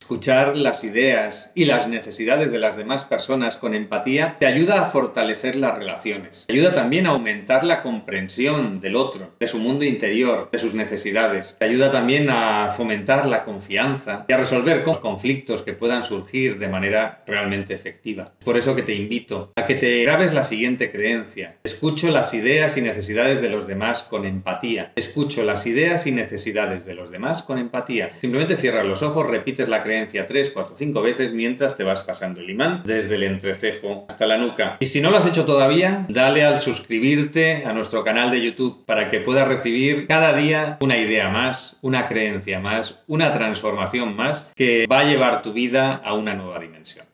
Escuchar las ideas y las necesidades de las demás personas con empatía te ayuda a fortalecer las relaciones. Te ayuda también a aumentar la comprensión del otro, de su mundo interior, de sus necesidades. Te ayuda también a fomentar la confianza y a resolver conflictos que puedan surgir de manera realmente efectiva. Por eso que te invito a que te grabes la siguiente creencia. Escucho las ideas y necesidades de los demás con empatía. Escucho las ideas y necesidades de los demás con empatía. Simplemente cierras los ojos, repites la creencia 3, 4, 5 veces mientras te vas pasando el imán desde el entrecejo hasta la nuca. Y si no lo has hecho todavía, dale al suscribirte a nuestro canal de YouTube para que puedas recibir cada día una idea más, una creencia más, una transformación más que va a llevar tu vida a una nueva dimensión.